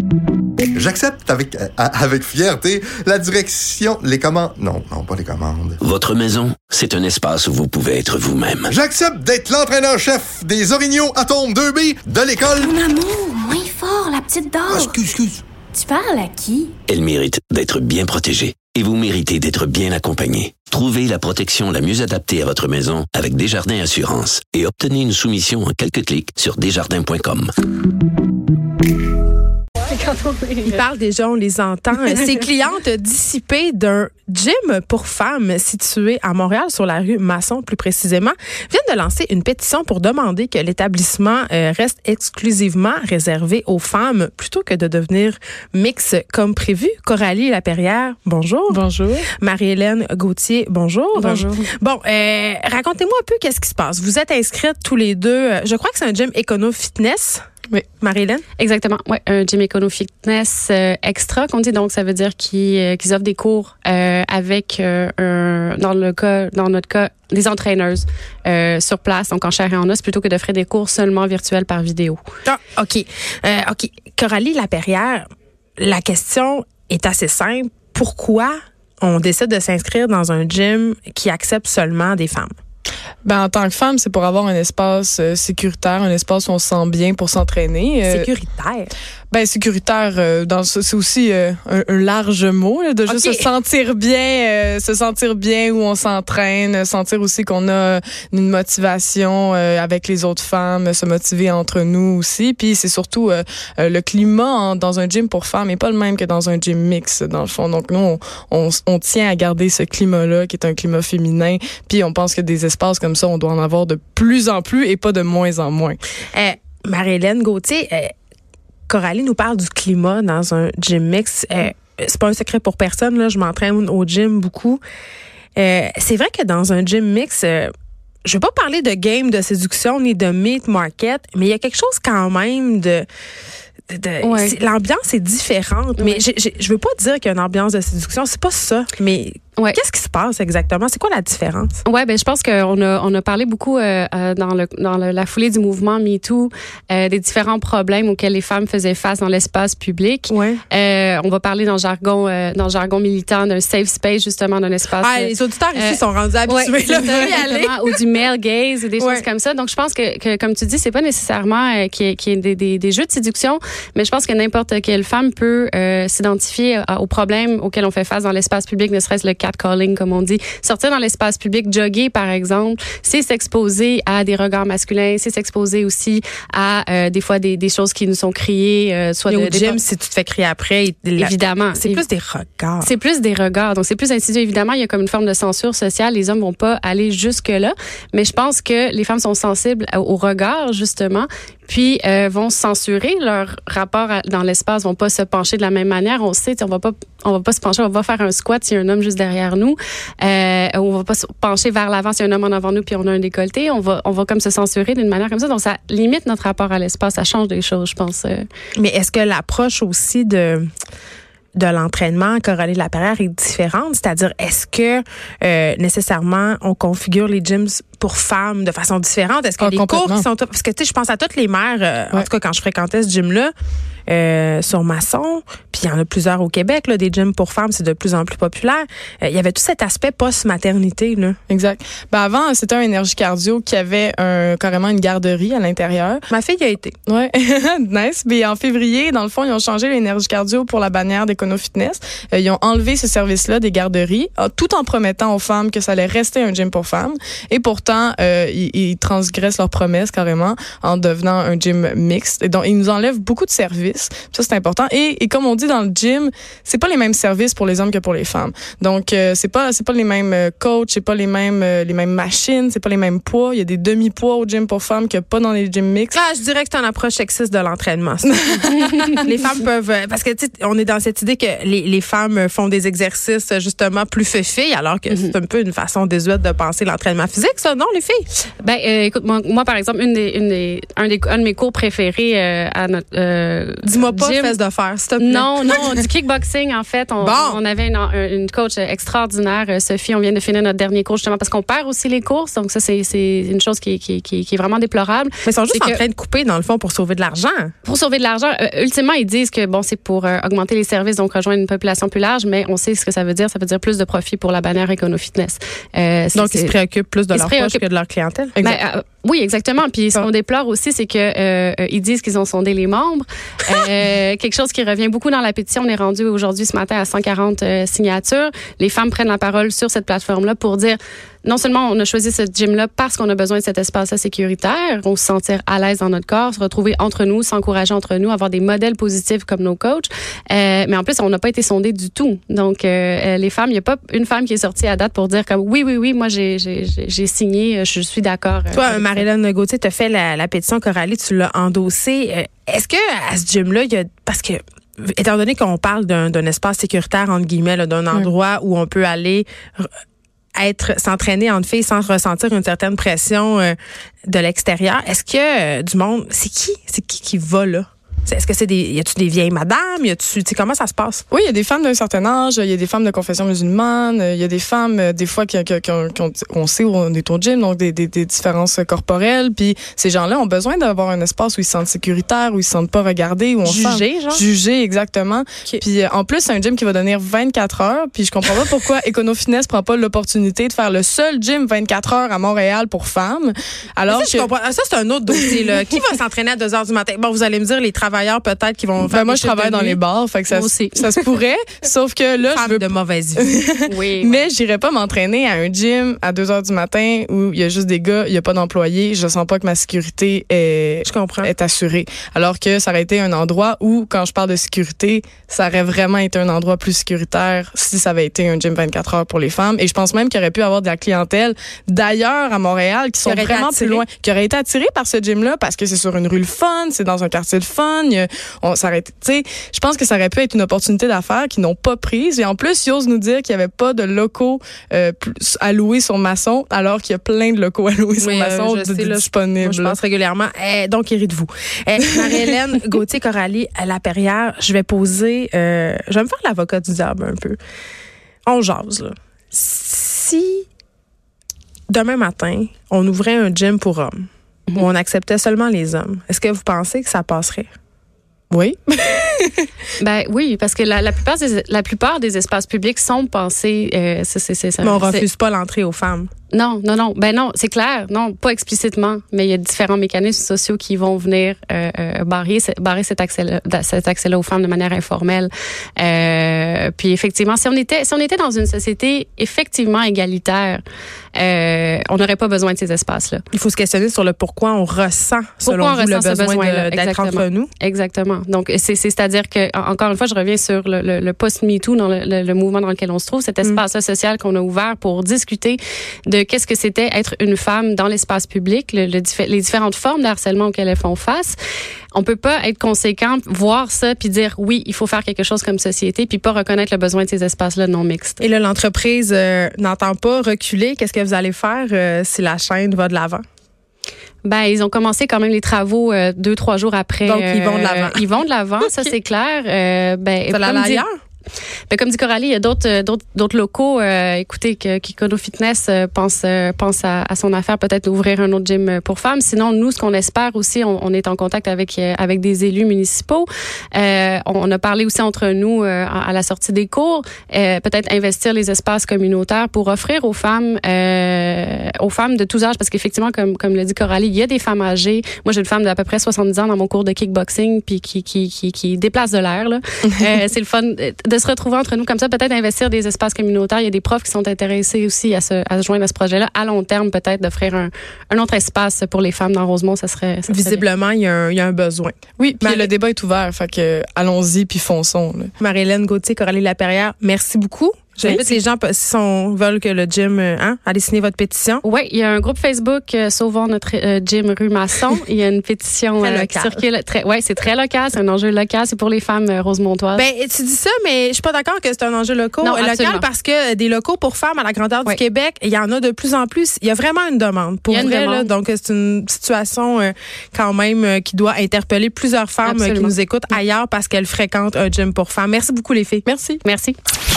J'accepte avec fierté la direction, les commandes. Non, pas les commandes. Votre maison, c'est un espace où vous pouvez être vous-même. J'accepte d'être l'entraîneur-chef des Orignaux Atomes 2B de l'école. Mon amour, moins fort, la petite dame. Excuse. Tu parles à qui? Elle mérite d'être bien protégée. Et vous méritez d'être bien accompagné. Trouvez la protection la mieux adaptée à votre maison avec Desjardins Assurance et obtenez une soumission en quelques clics sur desjardins.com. Ils parlent déjà, on les entend. Ces clientes dissipées d'un gym pour femmes situé à Montréal, sur la rue Masson plus précisément, viennent de lancer une pétition pour demander que l'établissement reste exclusivement réservé aux femmes plutôt que de devenir mix comme prévu. Coralie Laperrière, bonjour. Bonjour. Marie-Hélène Gauthier, bonjour. Bonjour. Bon, racontez-moi un peu qu'est-ce qui se passe. Vous êtes inscrites tous les deux. Je crois que c'est un gym Econo-Fitness. Oui. Marie-Hélène? Exactement. Oui, un gym Econo-Fitness extra, qu'on dit. Donc, ça veut dire qu'ils offrent des cours avec, dans notre cas, des entraîneuses sur place, donc en chair et en os, plutôt que d'offrir des cours seulement virtuels par vidéo. Ah, OK. Coralie Laperrière, la question est assez simple. Pourquoi on décide de s'inscrire dans un gym qui accepte seulement des femmes? En tant que femme, c'est pour avoir un espace sécuritaire, un espace où on se sent bien pour s'entraîner. Sécuritaire? Sécuritaire, c'est aussi un large mot, là, de juste se sentir bien où on s'entraîne, sentir aussi qu'on a une motivation avec les autres femmes, se motiver entre nous aussi. Puis c'est surtout le climat dans un gym pour femmes n'est pas le même que dans un gym mix, dans le fond. Donc nous, on tient à garder ce climat-là, qui est un climat féminin. Puis on pense que des espaces comme ça, on doit en avoir de plus en plus et pas de moins en moins. Marie-Hélène Gauthier, Coralie nous parle du climat dans un gym mix. C'est pas un secret pour personne, là. Je m'entraîne au gym beaucoup. C'est vrai que dans un gym mix, je veux pas parler de game de séduction ni de meat market, mais il y a quelque chose quand même de Ouais. L'ambiance est différente, mais je veux pas dire qu'il y a une ambiance de séduction, c'est pas ça, mais qu'est-ce qui se passe exactement? C'est quoi la différence? Ouais, je pense qu'on a parlé beaucoup dans la foulée du mouvement MeToo des différents problèmes auxquels les femmes faisaient face dans l'espace public. Ouais. On va parler dans le jargon militant d'un safe space, justement, d'un espace. Les auditeurs ici sont rendus habitués ou du male gaze ou des choses comme ça. Donc je pense que comme tu dis, c'est pas nécessairement qu'il y ait des jeux de séduction, mais je pense que n'importe quelle femme peut s'identifier aux problèmes auxquels on fait face dans l'espace public, ne serait-ce le catcalling, comme on dit. Sortir dans l'espace public, jogger, par exemple, c'est s'exposer à des regards masculins, c'est s'exposer aussi à des fois des choses qui nous sont criées. Soit au gym, si tu te fais crier après, évidemment. C'est plus des regards. C'est plus des regards. Donc, c'est plus insidieux. Évidemment, il y a comme une forme de censure sociale. Les hommes vont pas aller jusque-là. Mais je pense que les femmes sont sensibles aux regards, justement, puis vont censurer leur rapport dans l'espace, vont pas se pencher de la même manière. On sait, on va pas se pencher, on va faire un squat s'il y a un homme juste derrière nous. On va pas se pencher vers l'avant s'il y a un homme en avant nous puis on a un décolleté. On va comme se censurer d'une manière comme ça. Donc ça limite notre rapport à l'espace, ça change des choses, je pense. Mais est-ce que l'approche aussi de l'entraînement, Coralie Laperrière, est différente? C'est-à-dire, est-ce que nécessairement on configure les gyms pour femmes de façon différente? Est-ce que les cours qui sont... Parce que, tu sais, je pense à toutes les mères, en tout cas, quand je fréquentais ce gym-là, sur Masson, puis il y en a plusieurs au Québec, là, des gyms pour femmes, c'est de plus en plus populaire. Il y avait tout cet aspect post-maternité, là. Exact. Avant, c'était un énergie cardio qui avait carrément une garderie à l'intérieur. Ma fille y a été. Ouais. Nice. Mais en février, dans le fond, ils ont changé l'énergie cardio pour la bannière d'Econo-Fitness. Ils ont enlevé ce service-là des garderies, tout en promettant aux femmes que ça allait rester un gym pour femmes. Et pourtant, ils transgressent leurs promesses carrément en devenant un gym mixte. Et donc, ils nous enlèvent beaucoup de services. Ça, c'est important. Et comme on dit dans le gym, c'est pas les mêmes services pour les hommes que pour les femmes. Donc, c'est pas les mêmes coachs, c'est pas les mêmes machines, c'est pas les mêmes poids. Il y a des demi-poids au gym pour femmes qu'il n'y a pas dans les gyms mixtes. Je dirais que c'est une approche sexiste de l'entraînement. Les femmes peuvent... Parce que, tu sais, on est dans cette idée que les femmes font des exercices, justement, plus filles, alors que c'est un peu une façon désuète de penser l'entraînement physique, ça, non, les filles? Écoute, moi, par exemple, un de mes cours préférés Dis-moi pas gym. fesses de fer, s'il te plaît. Non, du kickboxing, en fait. On avait une coach extraordinaire, Sophie. On vient de finir notre dernier cours, justement, parce qu'on perd aussi les courses. Donc, ça, c'est une chose qui est vraiment déplorable. Mais ils sont juste en train de couper, dans le fond, pour sauver de l'argent. Pour sauver de l'argent. Ultimement, ils disent que, bon, c'est pour augmenter les services, donc rejoindre une population plus large, mais on sait ce que ça veut dire. Ça veut dire plus de profit pour la bannière Econo-Fitness. Donc, ils se préoccupent plus de leur poche que de leur clientèle. Oui, exactement. Puis ce qu'on déplore aussi, c'est que ils disent qu'ils ont sondé les membres. Quelque chose qui revient beaucoup dans la pétition. On est rendu aujourd'hui ce matin à 140 signatures. Les femmes prennent la parole sur cette plateforme-là pour dire non seulement on a choisi ce gym-là parce qu'on a besoin de cet espace sécuritaire, on se sentir à l'aise dans notre corps, se retrouver entre nous, s'encourager entre nous, avoir des modèles positifs comme nos coachs. Mais en plus, on n'a pas été sondés du tout. Donc, les femmes, il n'y a pas une femme qui est sortie à date pour dire comme oui, moi j'ai signé, je suis d'accord. Toi, Marie-Hélène Gauthier, tu as fait la pétition Coralie, tu l'as endossée. Est-ce que à ce gym-là, il y a... Parce que étant donné qu'on parle d'un espace sécuritaire, entre guillemets, là, d'un endroit où on peut aller s'entraîner entre filles sans ressentir une certaine pression de l'extérieur, est-ce que du monde, c'est qui va là? Est-ce que y a-tu des vieilles madames? Comment ça se passe? Oui, il y a des femmes d'un certain âge, il y a des femmes de confession musulmane, il y a des femmes, des fois, on sait où on est au gym, donc des différences corporelles. Puis ces gens-là ont besoin d'avoir un espace où ils se sentent sécuritaires, où ils se sentent pas regardés, où on jugés, exactement. Okay. Puis en plus, c'est un gym qui va donner 24 heures. Puis je comprends pas pourquoi Econo-Fitness prend pas l'opportunité de faire le seul gym 24 heures à Montréal pour femmes. Alors ça, c'est un autre dossier, là. Qui va s'entraîner à 2 heures du matin? Bon, vous allez me dire, les travailleurs peut-être qui vont faire moi je travaille dans les bars, fait que ça se pourrait, sauf que là je veux de mauvaise vie. Oui, mais j'irais pas m'entraîner à un gym à 2 heures du matin où il y a juste des gars, il y a pas d'employés, je sens pas que ma sécurité est assurée. Alors que ça aurait été un endroit où, quand je parle de sécurité, ça aurait vraiment été un endroit plus sécuritaire si ça avait été un gym 24 heures pour les femmes. Et je pense même qu'il aurait pu avoir de la clientèle d'ailleurs à Montréal qui sont vraiment plus loin, qui aurait été attirée par ce gym-là parce que c'est sur une rue le fun, c'est dans un quartier le fun. Je pense que ça aurait pu être une opportunité d'affaires qu'ils n'ont pas prise. Et en plus, ils osent nous dire qu'il n'y avait pas de locaux à louer sur Masson, alors qu'il y a plein de locaux à louer sur Masson disponibles. Moi, je pense régulièrement. Donc, il rit de vous. Marie-Hélène Gauthier-Coralie Laperrière, je vais poser... je vais me faire l'avocat du diable un peu. On jase, là. Si demain matin, on ouvrait un gym pour hommes, où on acceptait seulement les hommes, est-ce que vous pensez que ça passerait? Oui. Oui, parce que la plupart des espaces publics sont pensés. Mais on refuse pas l'entrée aux femmes. Non. Non, c'est clair. Non, pas explicitement, mais il y a différents mécanismes sociaux qui vont venir barrer cet accès-là aux femmes de manière informelle. Puis effectivement, si on était dans une société effectivement égalitaire, on n'aurait pas besoin de ces espaces-là. Il faut se questionner sur le pourquoi on ressent, selon vous, le besoin d'être entre nous. Exactement. Donc, c'est-à-dire que, encore une fois, je reviens sur le post-MeToo, dans le mouvement dans lequel on se trouve, cet espace social qu'on a ouvert pour discuter de qu'est-ce que c'était être une femme dans l'espace public, les différentes formes de harcèlement auxquelles elles font face. On peut pas être conséquent, voir ça, puis dire oui, il faut faire quelque chose comme société, puis pas reconnaître le besoin de ces espaces-là non mixtes. Et là, l'entreprise n'entend pas reculer. Qu'est-ce que vous allez faire si la chaîne va de l'avant? Ils ont commencé quand même les travaux 2-3 jours après. Donc, ils vont de l'avant. Ils vont de l'avant, ça c'est clair. Ça l'aller ailleurs? Comme dit Coralie, il y a d'autres locaux. Écoutez, qu'Econo-Fitness pense à son affaire, peut-être ouvrir un autre gym pour femmes. Sinon, nous, ce qu'on espère aussi, on est en contact avec des élus municipaux. On a parlé aussi entre nous à la sortie des cours, peut-être investir les espaces communautaires pour offrir aux femmes de tous âges, parce qu'effectivement, comme le dit Coralie, il y a des femmes âgées. Moi, j'ai une femme d'à peu près 70 ans dans mon cours de kickboxing, puis qui déplace de l'air, là. C'est le fun de se retrouver entre nous comme ça, peut-être investir des espaces communautaires. Il y a des profs qui sont intéressés aussi à se joindre à ce projet-là. À long terme, peut-être d'offrir un autre espace pour les femmes dans Rosemont, ça serait visiblement, il y a un besoin. Oui, puis le débat est ouvert, fait que allons-y puis fonçons. Là. Marie-Hélène Gauthier, Coralie Laperrière, merci beaucoup. J'invite les gens, s'ils veulent que le gym, allez signer votre pétition. Oui, il y a un groupe Facebook Sauvons notre gym rue Masson. Il y a une pétition qui circule. C'est très local, c'est un enjeu local, c'est pour les femmes rosemontoises. Ben, tu dis ça, mais je suis pas d'accord que c'est un enjeu local parce que des locaux pour femmes à la grandeur du Québec, il y en a de plus en plus. Il y a vraiment une demande pour vrai. Là, donc, c'est une situation quand même qui doit interpeller plusieurs femmes qui nous écoutent ailleurs parce qu'elles fréquentent un gym pour femmes. Merci beaucoup, les filles. Merci.